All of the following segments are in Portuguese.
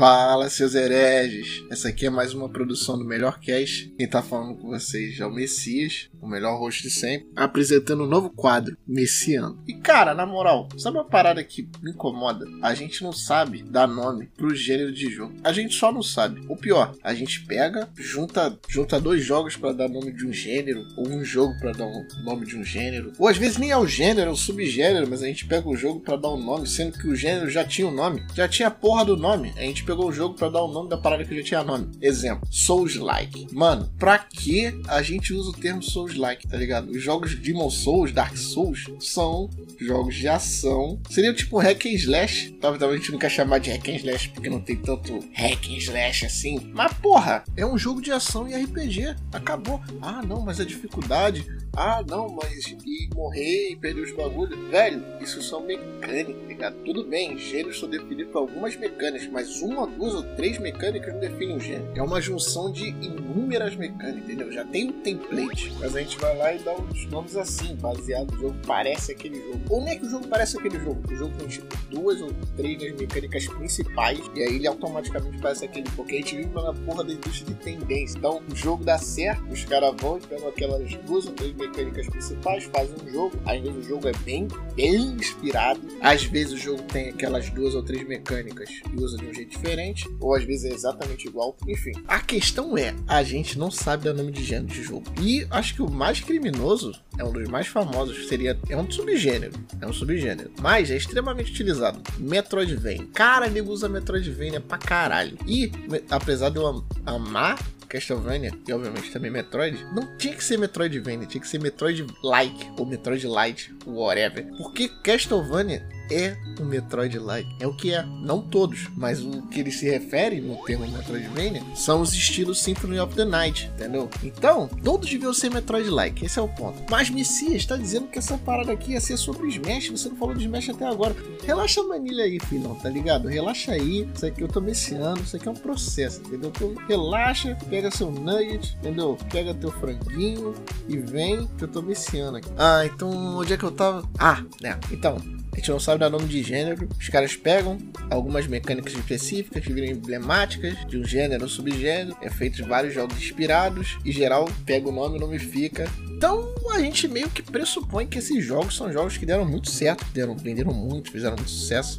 Fala, seus hereges! Essa aqui é mais uma produção do Melhor Cast. Quem tá falando com vocês é o Messias, o melhor host de sempre, apresentando um novo quadro, Messiano. E cara, na moral, sabe uma parada que me incomoda? A gente não sabe dar nome pro gênero de jogo. A gente só não sabe. Ou pior, a gente pega, junta dois jogos pra dar nome de um gênero, ou um jogo pra dar um nome de um gênero. Ou às vezes nem é o gênero, é o subgênero, mas a gente pega o jogo pra dar um nome, sendo que o gênero já tinha um nome. Já tinha a porra do nome. A gente pegou o jogo pra dar o nome da parada que já tinha nome. Exemplo, Souls-like. Mano, pra que a gente usa o termo Souls-like, tá ligado? Os jogos de Demon Souls, Dark Souls, são jogos de ação. Seria tipo hack and slash. Talvez a gente nunca chamar de hack and slash, porque não tem tanto hack and slash assim. Mas porra, é um jogo de ação e RPG. Acabou. Ah não, mas a dificuldade... Ah, não, mas e morrer e perder os bagulhos. Velho, isso são mecânicas, tá ligado? Tudo bem, gêneros são definidos por algumas mecânicas, mas uma, duas ou três mecânicas não definem um gênero. É uma junção de inúmeras mecânicas, entendeu? Já tem um template, mas a gente vai lá e dá uns nomes assim, baseado no jogo, parece aquele jogo. Ou não é que o jogo parece aquele jogo? O jogo tem tipo duas ou três das mecânicas principais, e aí ele automaticamente parece aquele, porque a gente vive na porra da indústria de tendência. Então, o jogo dá certo, os caras vão e pegam aquelas duas ou três mecânicas principais, fazem um jogo. Às vezes o jogo é bem inspirado, às vezes o jogo tem aquelas duas ou três mecânicas e usa de um jeito diferente, ou às vezes é exatamente igual. Enfim, a questão é, a gente não sabe dar nome de gênero de jogo. E acho que o mais criminoso, é um dos mais famosos, é um subgênero, mas é extremamente utilizado, Metroidvania. Cara, nego usa Metroidvania pra caralho. E apesar de eu amar Castlevania e obviamente também Metroid, não tinha que ser Metroidvania, tinha que ser Metroid-like ou Metroid-Lite, whatever. Porque Castlevania é um Metroid-like. É o que é. Não todos, mas o que ele se refere no termo Metroidvania são os estilos Symphony of the Night, entendeu? Então, todos deviam ser Metroid-like, esse é o ponto. Mas Messias tá dizendo que essa parada aqui ia ser sobre Smash, você não falou de Smash até agora. Relaxa a manilha aí, filhão, tá ligado? Relaxa aí, isso aqui eu tô messiando, isso aqui é um processo, entendeu? Então, relaxa, pega seu nugget, entendeu? Pega teu franguinho e vem que eu tô messiando aqui. Ah, então, onde é que eu tava? Ah, né, então... A gente não sabe dar nome de gênero. Os caras pegam algumas mecânicas específicas que viram emblemáticas de um gênero ou subgênero. É feito de vários jogos inspirados. E geral pega o nome fica. Então a gente meio que pressupõe que esses jogos são jogos que deram muito certo. Venderam muito, fizeram muito sucesso.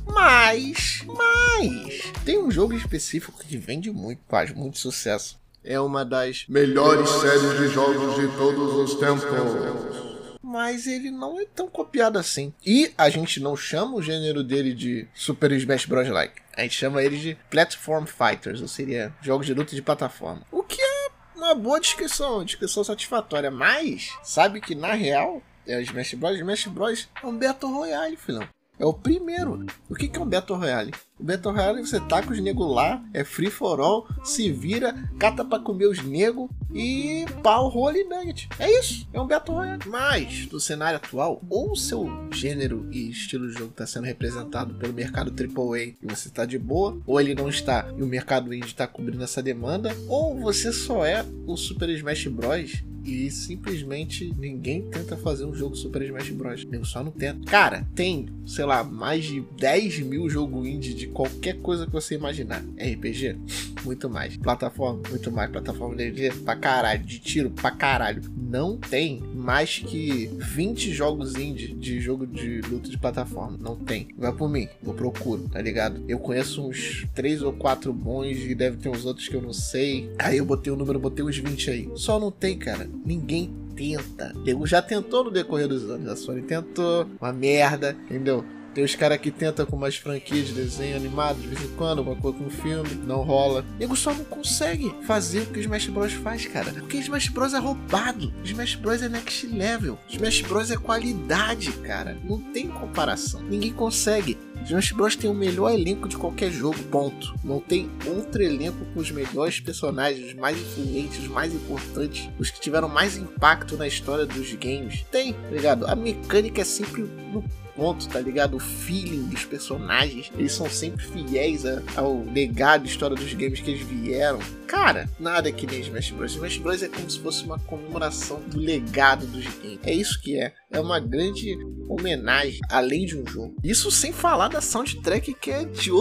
Mas tem um jogo específico que vende muito, faz muito sucesso. É uma das melhores séries de jogos de todos os tempos. Mas ele não é tão copiado assim. E a gente não chama o gênero dele de Super Smash Bros. Like. A gente chama ele de Platform Fighters, ou seria jogos de luta de plataforma. O que é uma boa descrição satisfatória. Mas, sabe que na real, é o Smash Bros. Smash Bros. É um Battle Royale, filhão. É o primeiro. O que é um Battle Royale? O Battle Royale você taca os nego lá, é free for all, se vira, cata pra comer os nego e pau, rola e nugget. É isso, é um Battle Royale. Mas, no cenário atual, ou o seu gênero e estilo de jogo está sendo representado pelo mercado AAA e você está de boa, ou ele não está e o mercado indie está cobrindo essa demanda, ou você só é o Super Smash Bros. E simplesmente ninguém tenta fazer um jogo Super Smash Bros. Nego só não tenta. Cara, tem, sei lá, mais de 10 mil jogos indie de qualquer coisa que você imaginar. RPG? Muito mais. Plataforma? Muito mais. Plataforma de RPG? Pra caralho. De tiro? Pra caralho. Não tem mais que 20 jogos indie de jogo de luta de plataforma. Não tem. Vai por mim. Eu procuro, tá ligado? Eu conheço uns 3 ou 4 bons e deve ter uns outros que eu não sei. Aí eu botei o número, botei uns 20 aí. Só não tem, cara. Ninguém tenta. Eu já tentou no decorrer dos anos. A Sony tentou. Uma merda, entendeu? Tem os caras que tentam com umas franquias de desenho animado de vez em quando, alguma coisa com filme, não rola. Nego só não consegue fazer o que o Smash Bros faz, cara. Porque o Smash Bros é roubado. O Smash Bros é next level. O Smash Bros é qualidade, cara. Não tem comparação. Ninguém consegue. O Smash Bros tem o melhor elenco de qualquer jogo, ponto. Não tem outro elenco com os melhores personagens, os mais influentes, os mais importantes, os que tiveram mais impacto na história dos games. Tem, tá ligado? A mecânica é sempre no ponto, tá ligado? O feeling dos personagens, eles são sempre fiéis ao legado e história dos games que eles vieram. Cara, nada que nem Smash Bros. Smash Bros é como se fosse uma comemoração do legado dos games. É isso que é. É uma grande homenagem, além de um jogo. Isso sem falar da soundtrack, que é de outro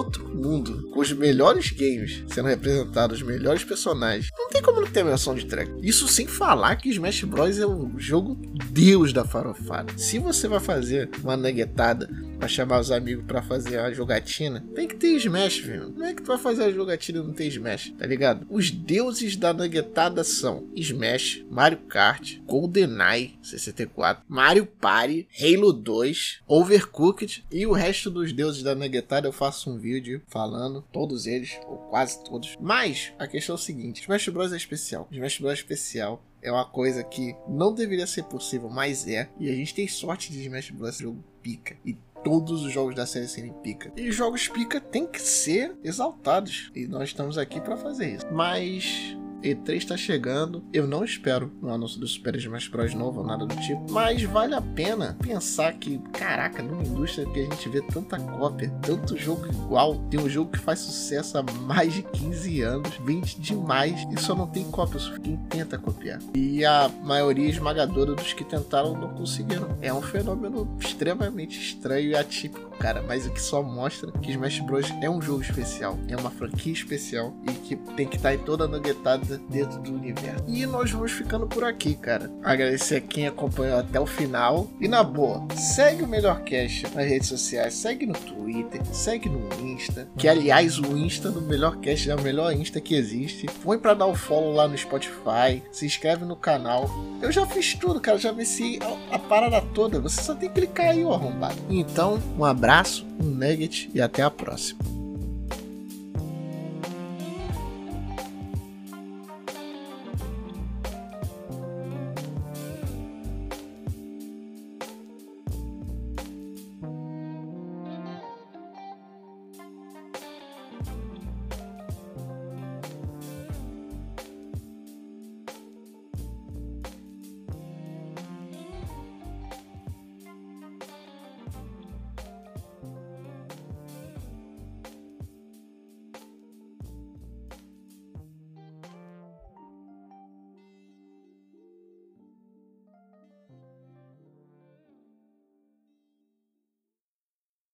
mundo, com os melhores games sendo representados, os melhores personagens, não tem como não ter menção de Treco. Isso sem falar que Smash Bros é o jogo deus da farofada. Se você vai fazer uma nuggetada pra chamar os amigos pra fazer a jogatina, tem que ter Smash, velho. Não é que tu vai fazer a jogatina e não tem Smash, tá ligado? Os deuses da nuggetada são Smash, Mario Kart, GoldenEye 64, Mario Party, Halo 2, Overcooked e o resto dos deuses da nuggetada eu faço um vídeo falando, todos eles, ou quase todos. Mas a questão é o seguinte, Smash Bros é especial. Smash Bros é especial. É uma coisa que não deveria ser possível, mas é. E a gente tem sorte de Smash Bros ser jogo pica. E todos os jogos da série serem pica. E jogos pica tem que ser exaltados. E nós estamos aqui para fazer isso. Mas E3 está chegando. Eu não espero um anúncio do Super Smash Bros novo ou nada do tipo. Mas vale a pena pensar que, caraca, numa indústria que a gente vê tanta cópia, tanto jogo igual, tem um jogo que faz sucesso há mais de 15 anos, vende demais e só não tem cópia, só quem tenta copiar. E a maioria esmagadora dos que tentaram não conseguiram. É um fenômeno extremamente estranho e atípico, cara, mas o que só mostra que Smash Bros é um jogo especial, é uma franquia especial e que tem que estar em toda a nuggetada dentro do universo. E nós vamos ficando por aqui, cara. Agradecer a quem acompanhou até o final. E na boa, segue o Melhorcast nas redes sociais, segue no Twitter, segue no Insta, que aliás o Insta do Melhorcast é o melhor Insta que existe. Põe pra dar o follow lá no Spotify, se inscreve no canal. Eu já fiz tudo, cara, já venci a parada toda. Você só tem que clicar aí, ó, arrombado. Então, um abraço, um nugget e até a próxima.